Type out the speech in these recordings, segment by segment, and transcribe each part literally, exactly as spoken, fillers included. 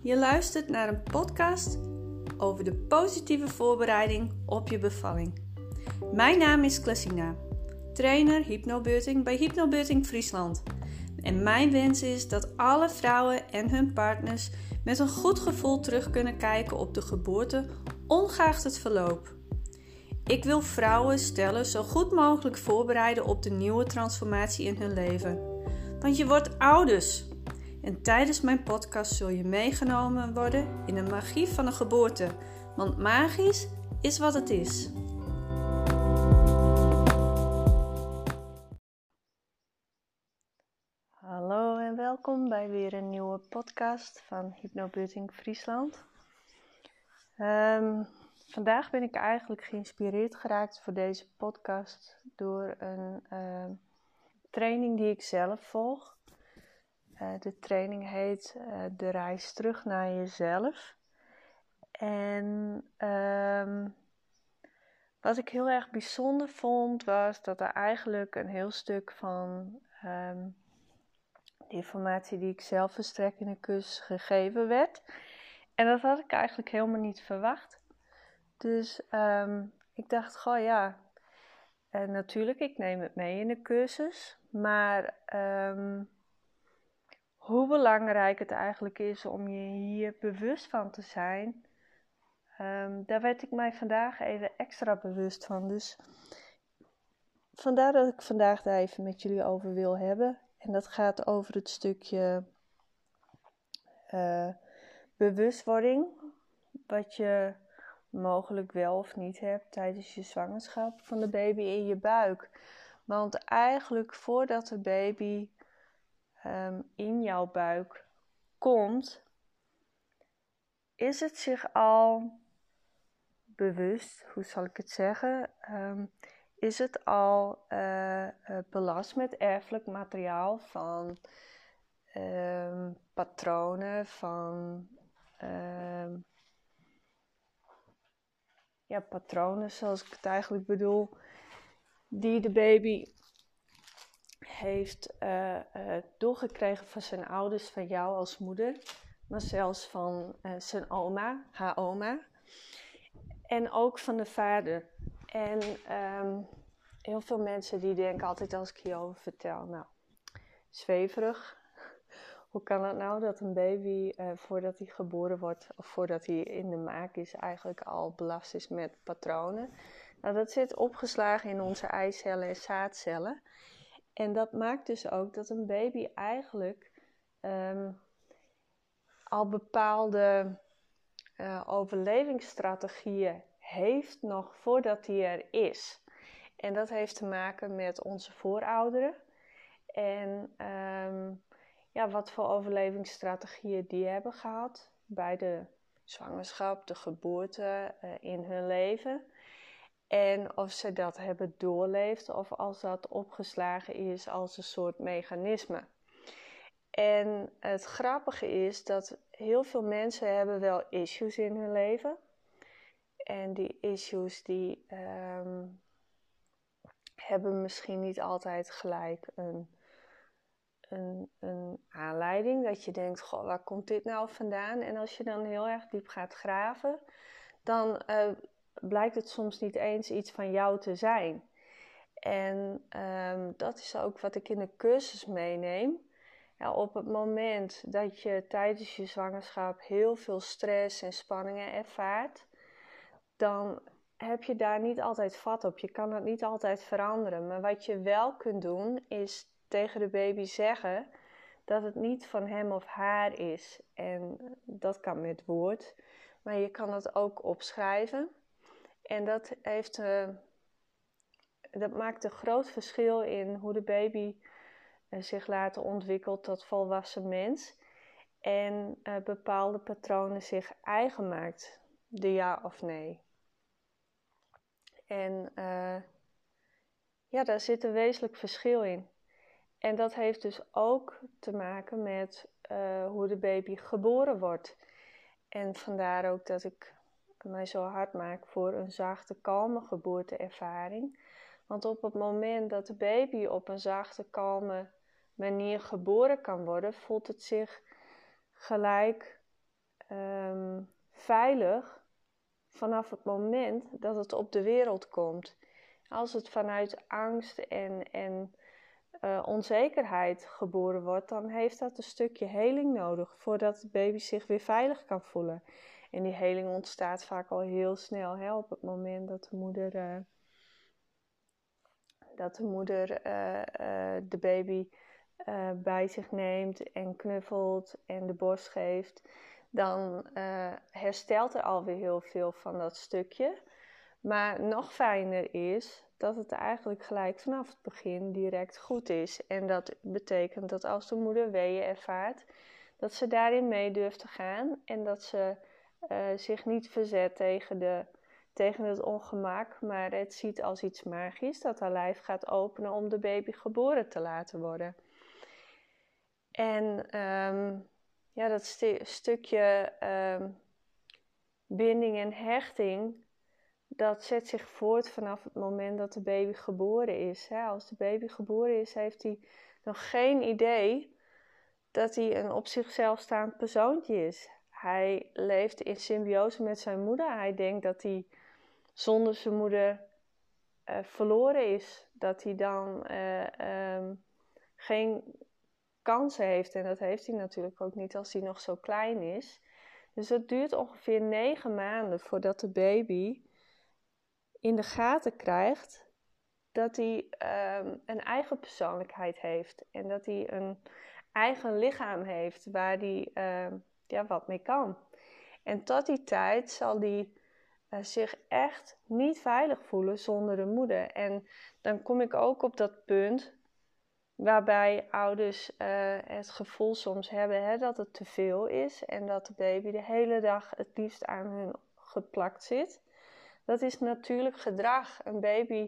Je luistert naar een podcast over de positieve voorbereiding op je bevalling. Mijn naam is Klessina, trainer hypnobirthing bij Hypnobirthing Friesland. En mijn wens is dat alle vrouwen en hun partners met een goed gevoel terug kunnen kijken op de geboorte, ongeacht het verloop. Ik wil vrouwen, stellen zo goed mogelijk voorbereiden op de nieuwe transformatie in hun leven. Want je wordt ouders. En tijdens mijn podcast zul je meegenomen worden in de magie van een geboorte. Want magisch is wat het is. Hallo en welkom bij weer een nieuwe podcast van Hypnobirthing Friesland. Um, vandaag ben ik eigenlijk geïnspireerd geraakt voor deze podcast door een uh, training die ik zelf volg. Uh, de training heet uh, De Reis Terug naar Jezelf. En um, wat ik heel erg bijzonder vond, was dat er eigenlijk een heel stuk van um, de informatie die ik zelf verstrek in een cursus gegeven werd. En dat had ik eigenlijk helemaal niet verwacht. Dus um, ik dacht, goh ja, uh, natuurlijk, ik neem het mee in de cursus. Maar um, hoe belangrijk het eigenlijk is om je hier bewust van te zijn, um, daar werd ik mij vandaag even extra bewust van. Dus vandaar dat ik vandaag daar even met jullie over wil hebben. En dat gaat over het stukje uh, bewustwording, wat je mogelijk wel of niet hebt tijdens je zwangerschap van de baby in je buik. Want eigenlijk voordat de baby um, in jouw buik komt, is het zich al bewust, hoe zal ik het zeggen, um, is het al uh, uh, belast met erfelijk materiaal van um, patronen, van um, ja, patronen zoals ik het eigenlijk bedoel, die de baby heeft uh, uh, doorgekregen van zijn ouders, van jou als moeder, maar zelfs van uh, zijn oma, haar oma, en ook van de vader. En um, heel veel mensen die denken altijd als ik hierover vertel, nou, zweverig. Hoe kan het nou dat een baby, uh, voordat hij geboren wordt, of voordat hij in de maak is, eigenlijk al belast is met patronen? Nou, dat zit opgeslagen in onze eicellen en zaadcellen. En dat maakt dus ook dat een baby eigenlijk um, al bepaalde uh, overlevingsstrategieën heeft nog voordat hij er is. En dat heeft te maken met onze voorouderen. En um, ja, wat voor overlevingsstrategieën die hebben gehad bij de zwangerschap, de geboorte, uh, in hun leven. En of ze dat hebben doorleefd of als dat opgeslagen is als een soort mechanisme. En het grappige is dat heel veel mensen hebben wel issues in hun leven. En die issues die um, hebben misschien niet altijd gelijk een, een, een aanleiding. Dat je denkt, goh, waar komt dit nou vandaan? En als je dan heel erg diep gaat graven, dan uh, blijkt het soms niet eens iets van jou te zijn. En um, dat is ook wat ik in de cursus meeneem. Ja, op het moment dat je tijdens je zwangerschap heel veel stress en spanningen ervaart, dan heb je daar niet altijd vat op. Je kan dat niet altijd veranderen. Maar wat je wel kunt doen, is tegen de baby zeggen dat het niet van hem of haar is. En dat kan met woord. Maar je kan het ook opschrijven. En dat, heeft, uh, dat maakt een groot verschil in hoe de baby uh, zich later ontwikkelt tot volwassen mens. En uh, bepaalde patronen zich eigen maakt. De ja of nee. En uh, ja, daar zit een wezenlijk verschil in. En dat heeft dus ook te maken met uh, hoe de baby geboren wordt. En vandaar ook dat ik mij zo hard maak voor een zachte, kalme geboorteervaring. Want op het moment dat de baby op een zachte, kalme manier geboren kan worden, voelt het zich gelijk um, veilig vanaf het moment dat het op de wereld komt. Als het vanuit angst en, en uh, onzekerheid geboren wordt, dan heeft dat een stukje heling nodig voordat de baby zich weer veilig kan voelen. En die heling ontstaat vaak al heel snel, hè, op het moment dat de moeder, uh, dat de, moeder uh, uh, de baby uh, bij zich neemt en knuffelt en de borst geeft. Dan uh, herstelt er alweer heel veel van dat stukje. Maar nog fijner is dat het eigenlijk gelijk vanaf het begin direct goed is. En dat betekent dat als de moeder weeën ervaart, dat ze daarin mee durft te gaan. En dat ze uh, zich niet verzet tegen, de, tegen het ongemak, maar het ziet als iets magisch dat haar lijf gaat openen om de baby geboren te laten worden. En um, ja, dat st- stukje um, binding en hechting, dat zet zich voort vanaf het moment dat de baby geboren is. Hè? Als de baby geboren is, heeft hij nog geen idee dat hij een op zichzelf staand persoontje is. Hij leeft in symbiose met zijn moeder. Hij denkt dat hij zonder zijn moeder uh, verloren is. Dat hij dan uh, um, geen kansen heeft. En dat heeft hij natuurlijk ook niet als hij nog zo klein is. Dus het duurt ongeveer negen maanden voordat de baby in de gaten krijgt dat hij um, een eigen persoonlijkheid heeft. En dat hij een eigen lichaam heeft waar hij uh, ja, wat mee kan. En tot die tijd zal hij uh, zich echt niet veilig voelen zonder de moeder. En dan kom ik ook op dat punt waarbij ouders uh, het gevoel soms hebben, hè, dat het te veel is. En dat de baby de hele dag het liefst aan hun geplakt zit. Dat is natuurlijk gedrag. Een baby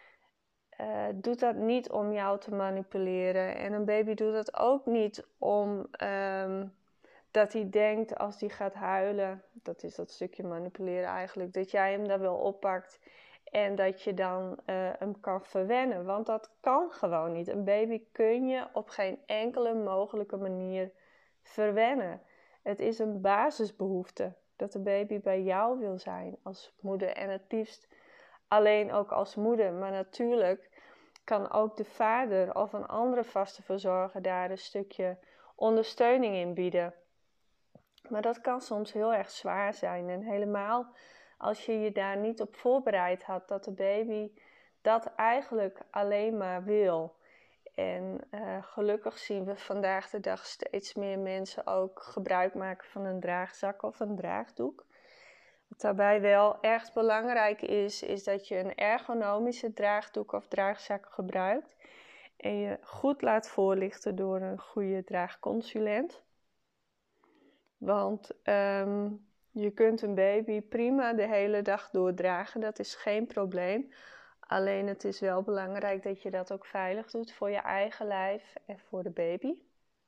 uh, doet dat niet om jou te manipuleren. En een baby doet dat ook niet om um, dat hij denkt als hij gaat huilen. Dat is dat stukje manipuleren eigenlijk. Dat jij hem daar wel oppakt en dat je dan uh, hem kan verwennen. Want dat kan gewoon niet. Een baby kun je op geen enkele mogelijke manier verwennen. Het is een basisbehoefte. Dat de baby bij jou wil zijn als moeder. En het liefst alleen ook als moeder. Maar natuurlijk kan ook de vader of een andere vaste verzorger daar een stukje ondersteuning in bieden. Maar dat kan soms heel erg zwaar zijn. En helemaal als je je daar niet op voorbereid had. Dat de baby dat eigenlijk alleen maar wil. En uh, gelukkig zien we vandaag de dag steeds meer mensen ook gebruik maken van een draagzak of een draagdoek. Wat daarbij wel echt belangrijk is, is dat je een ergonomische draagdoek of draagzak gebruikt. En je goed laat voorlichten door een goede draagconsulent. Want um, je kunt een baby prima de hele dag doordragen, dat is geen probleem. Alleen het is wel belangrijk dat je dat ook veilig doet voor je eigen lijf en voor de baby.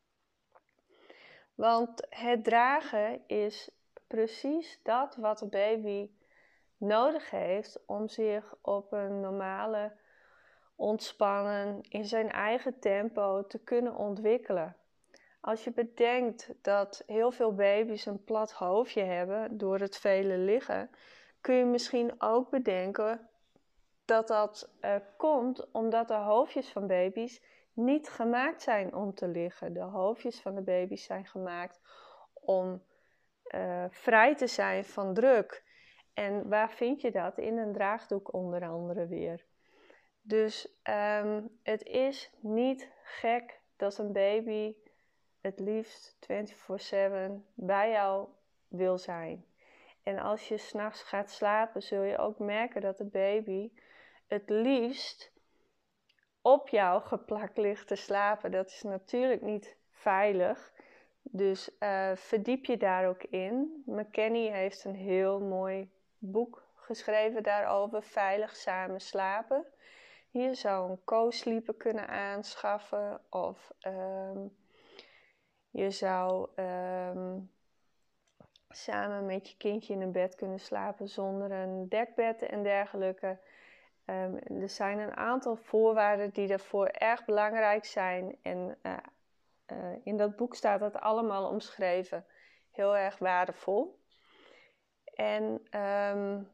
Want het dragen is precies dat wat de baby nodig heeft om zich op een normale, ontspannen, in zijn eigen tempo te kunnen ontwikkelen. Als je bedenkt dat heel veel baby's een plat hoofdje hebben door het vele liggen, kun je misschien ook bedenken dat dat uh, komt omdat de hoofdjes van baby's niet gemaakt zijn om te liggen. De hoofdjes van de baby's zijn gemaakt om uh, vrij te zijn van druk. En waar vind je dat? In een draagdoek onder andere weer. Dus um, het is niet gek dat een baby het liefst vierentwintig zeven bij jou wil zijn. En als je 's nachts gaat slapen, zul je ook merken dat de baby het liefst op jou geplakt ligt te slapen. Dat is natuurlijk niet veilig. Dus uh, verdiep je daar ook in. McKenny heeft een heel mooi boek geschreven daarover. Veilig samen slapen. Je zou een co-sleeper kunnen aanschaffen. Of um, je zou um, samen met je kindje in een bed kunnen slapen zonder een dekbed en dergelijke. Um, er zijn een aantal voorwaarden die daarvoor erg belangrijk zijn. En uh, uh, in dat boek staat dat allemaal omschreven. heel erg waardevol. En um,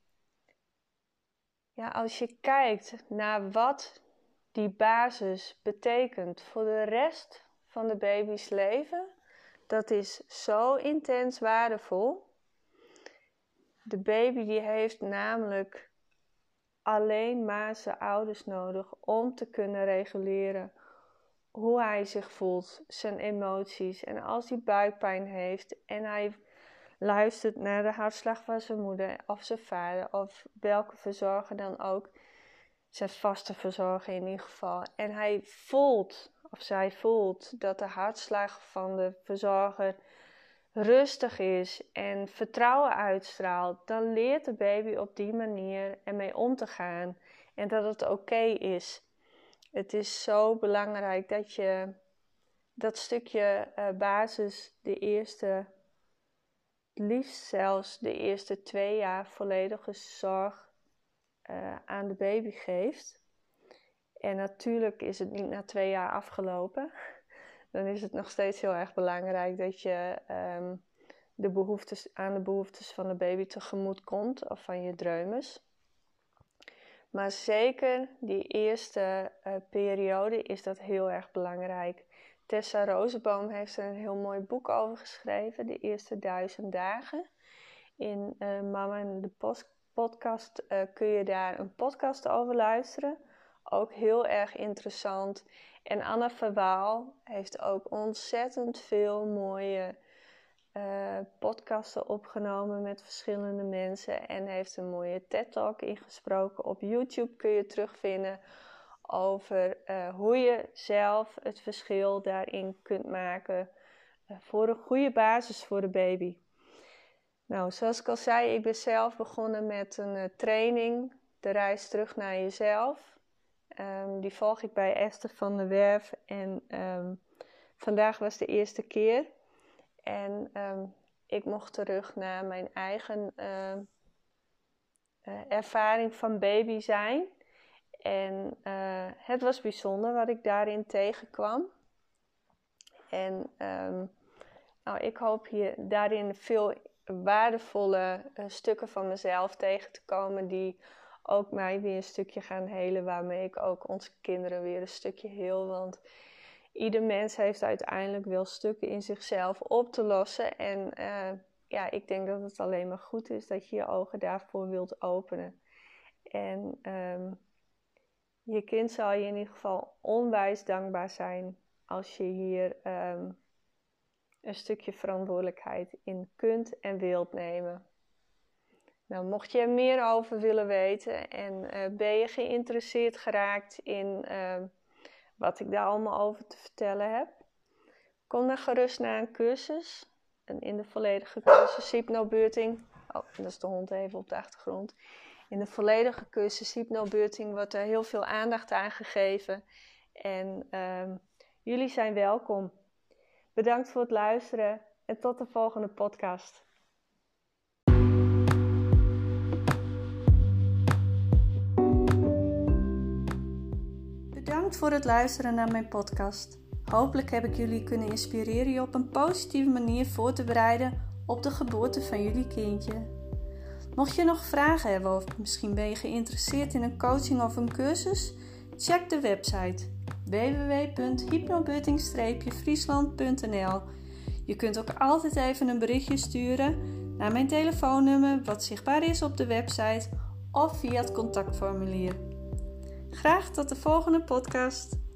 ja, als je kijkt naar wat die basis betekent voor de rest van de baby's leven, dat is zo intens waardevol. De baby die heeft namelijk alleen maar zijn ouders nodig om te kunnen reguleren hoe hij zich voelt, zijn emoties. En als hij buikpijn heeft en hij luistert naar de hartslag van zijn moeder of zijn vader of welke verzorger dan ook, zijn vaste verzorger in ieder geval. En hij voelt, of zij voelt, dat de hartslag van de verzorger rustig is en vertrouwen uitstraalt, dan leert de baby op die manier ermee om te gaan. En dat het oké is. Het is zo belangrijk dat je dat stukje uh, basis de eerste, liefst zelfs de eerste twee jaar volledige zorg uh, aan de baby geeft. En natuurlijk is het niet na twee jaar afgelopen. Dan is het nog steeds heel erg belangrijk dat je um, de behoeftes, aan de behoeftes van de baby tegemoet komt of van je dreumes. Maar zeker die eerste uh, periode is dat heel erg belangrijk. Tessa Rozenboom heeft er een heel mooi boek over geschreven, de eerste duizend dagen. In uh, Mama en de post- podcast uh, kun je daar een podcast over luisteren. Ook heel erg interessant. En Anna Verwaal heeft ook ontzettend veel mooie uh, podcasten opgenomen met verschillende mensen. En heeft een mooie TED-talk ingesproken. Op YouTube kun je terugvinden over uh, hoe je zelf het verschil daarin kunt maken. Uh, voor een goede basis voor de baby. Nou, zoals ik al zei, ik ben zelf begonnen met een uh, training. De reis terug naar jezelf. Um, die volg ik bij Esther van der Werf en um, vandaag was de eerste keer. En um, ik mocht terug naar mijn eigen uh, uh, ervaring van baby zijn. En uh, het was bijzonder wat ik daarin tegenkwam. En um, nou, ik hoop hier daarin veel waardevolle uh, stukken van mezelf tegen te komen die ook mij weer een stukje gaan helen, waarmee ik ook onze kinderen weer een stukje heel. Want ieder mens heeft uiteindelijk wel stukken in zichzelf op te lossen. En uh, ja, ik denk dat het alleen maar goed is dat je je ogen daarvoor wilt openen. En um, je kind zal je in ieder geval onwijs dankbaar zijn als je hier um, een stukje verantwoordelijkheid in kunt en wilt nemen. Nou, mocht je er meer over willen weten en uh, ben je geïnteresseerd geraakt in uh, wat ik daar allemaal over te vertellen heb, kom dan gerust naar een cursus. En in de volledige cursus hypnobirthing, oh, dat is de hond even op de achtergrond. In de volledige cursus hypnobirthing wordt er heel veel aandacht aan gegeven. En uh, jullie zijn welkom. Bedankt voor het luisteren en tot de volgende podcast. Bedankt voor het luisteren naar mijn podcast. Hopelijk heb ik jullie kunnen inspireren je op een positieve manier voor te bereiden op de geboorte van jullie kindje. Mocht je nog vragen hebben of misschien ben je geïnteresseerd in een coaching of een cursus, check de website w w w punt hypnobirthing friesland punt n l. Je kunt ook altijd even een berichtje sturen naar mijn telefoonnummer wat zichtbaar is op de website of via het contactformulier. Graag tot de volgende podcast.